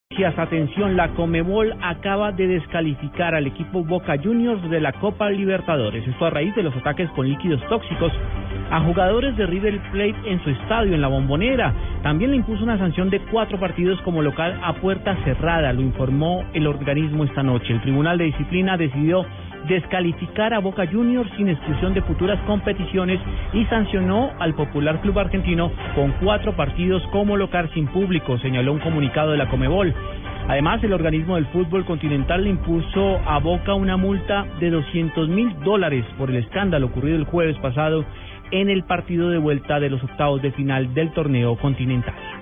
Atención, la Conmebol acaba de descalificar al equipo Boca Juniors de la Copa Libertadores. Esto a raíz de los ataques con líquidos tóxicos a jugadores de River Plate en su estadio, en la Bombonera. También le impuso una sanción de 4 partidos como local a puerta cerrada, lo informó el organismo esta noche. El Tribunal de Disciplina decidió descalificar a Boca Juniors sin exclusión de futuras competiciones y sancionó al Popular Club Argentino con 4 partidos como local sin público, señaló un comunicado de la Conmebol. Además, el organismo del fútbol continental le impuso a Boca una multa de $200.000 por el escándalo ocurrido el jueves pasado en el partido de vuelta de los octavos de final del torneo continental.